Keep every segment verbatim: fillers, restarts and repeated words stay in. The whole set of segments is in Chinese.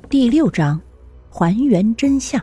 第六章，还原真相。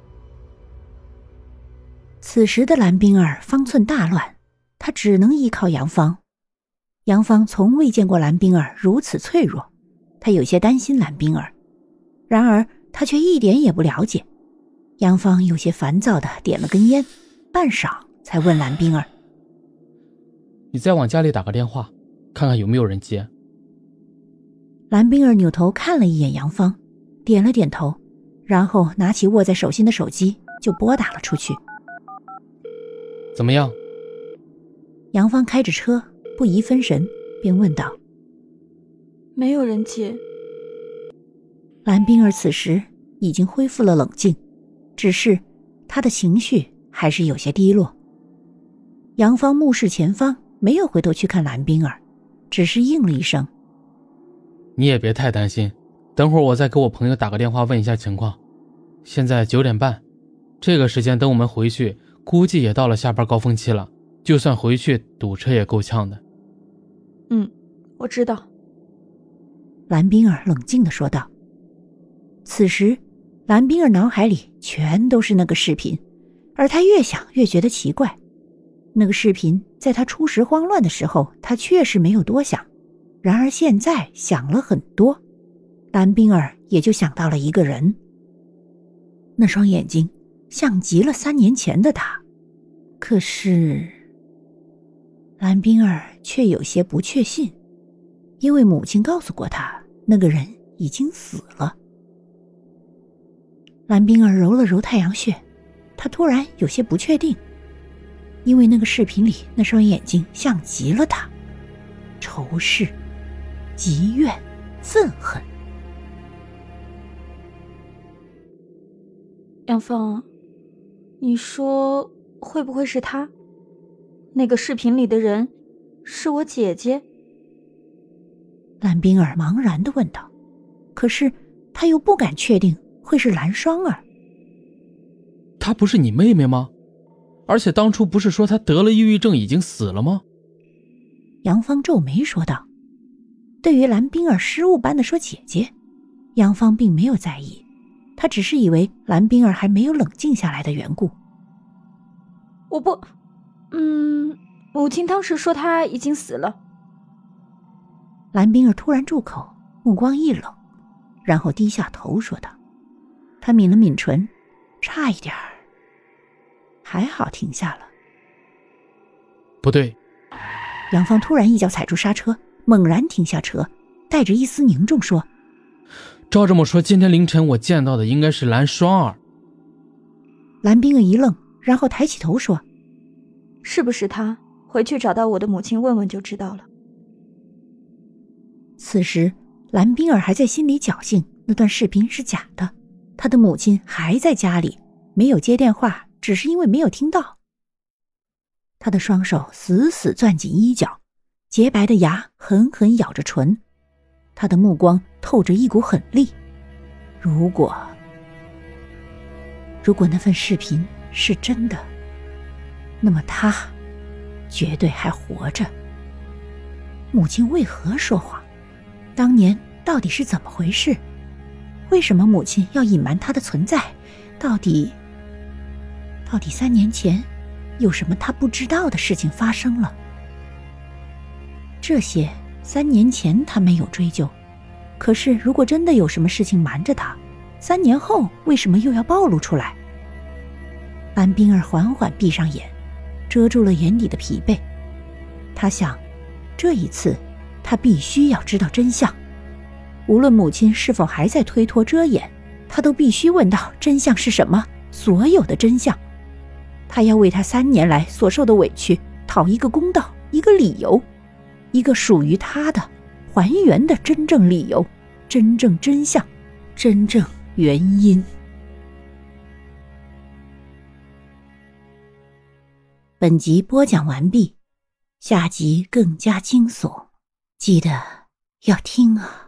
此时的蓝冰儿方寸大乱，她只能依靠杨芳。杨芳从未见过蓝冰儿如此脆弱，她有些担心蓝冰儿，然而她却一点也不了解。杨芳有些烦躁地点了根烟，半晌才问蓝冰儿： 你再往家里打个电话，看看有没有人接。 蓝冰儿扭头看了一眼杨芳，点了点头，然后拿起握在手心的手机就拨打了出去。 怎么样？ 杨芳开着车不疑分神，便问道： 没有人接。 蓝冰儿此时已经恢复了冷静，只是她的情绪还是有些低落。杨芳目视前方，没有回头去看蓝冰儿，只是应了一声： 你也别太担心，等会儿我再给我朋友打个电话问一下情况。现在九点半，这个时间等我们回去，估计也到了下班高峰期了，就算回去堵车也够呛的。 嗯，我知道。 蓝冰儿冷静地说道。此时蓝冰儿脑海里全都是那个视频，而她越想越觉得奇怪。那个视频在她初时慌乱的时候，她确实没有多想，然而现在想了很多。蓝冰儿也就想到了一个人，那双眼睛像极了三年前的她。可是蓝冰儿却有些不确信，因为母亲告诉过她，那个人已经死了。蓝冰儿揉了揉太阳穴，她突然有些不确定，因为那个视频里那双眼睛像极了她，仇视、积怨、愤恨。 杨芳，你说会不会是他？那个视频里的人是我姐姐？ 蓝冰儿茫然地问道，可是她又不敢确定会是蓝双儿。 她不是你妹妹吗？而且当初不是说她得了抑郁症已经死了吗？ 杨芳皱眉说道。对于蓝冰儿失误般的说姐姐，杨芳并没有在意，她只是以为蓝冰儿还没有冷静下来的缘故。 我不，嗯，母亲当时说她已经死了。 蓝冰儿突然住口，目光一冷，然后低下头说道。她抿了抿唇，差一点儿，还好停下了。 不对。 杨芳突然一脚踩住刹车，猛然停下车，带着一丝凝重说： 照这么说，今天凌晨我见到的应该是蓝双儿。 蓝冰儿一愣，然后抬起头说： 是不是他？回去找到我的母亲问问就知道了。 此时蓝冰儿还在心里侥幸那段视频是假的，她的母亲还在家里，没有接电话，只是因为没有听到。她的双手死死攥紧衣角，洁白的牙狠狠咬着唇，她的目光透着一股狠戾。如果如果那份视频是真的，那么她绝对还活着。母亲为何说谎？当年到底是怎么回事？为什么母亲要隐瞒她的存在？到底到底三年前有什么她不知道的事情发生了？这些三年前她没有追究，可是如果真的有什么事情瞒着她，三年后为什么又要暴露出来？蓝冰儿缓缓闭上眼，遮住了眼底的疲惫。她想，这一次她必须要知道真相，无论母亲是否还在推脱遮掩，她都必须问到真相是什么，所有的真相。她要为她三年来所受的委屈讨一个公道，一个理由，一个属于她的还原的真正理由，真正真相，真正原因。本集播讲完毕，下集更加惊悚，记得要听啊。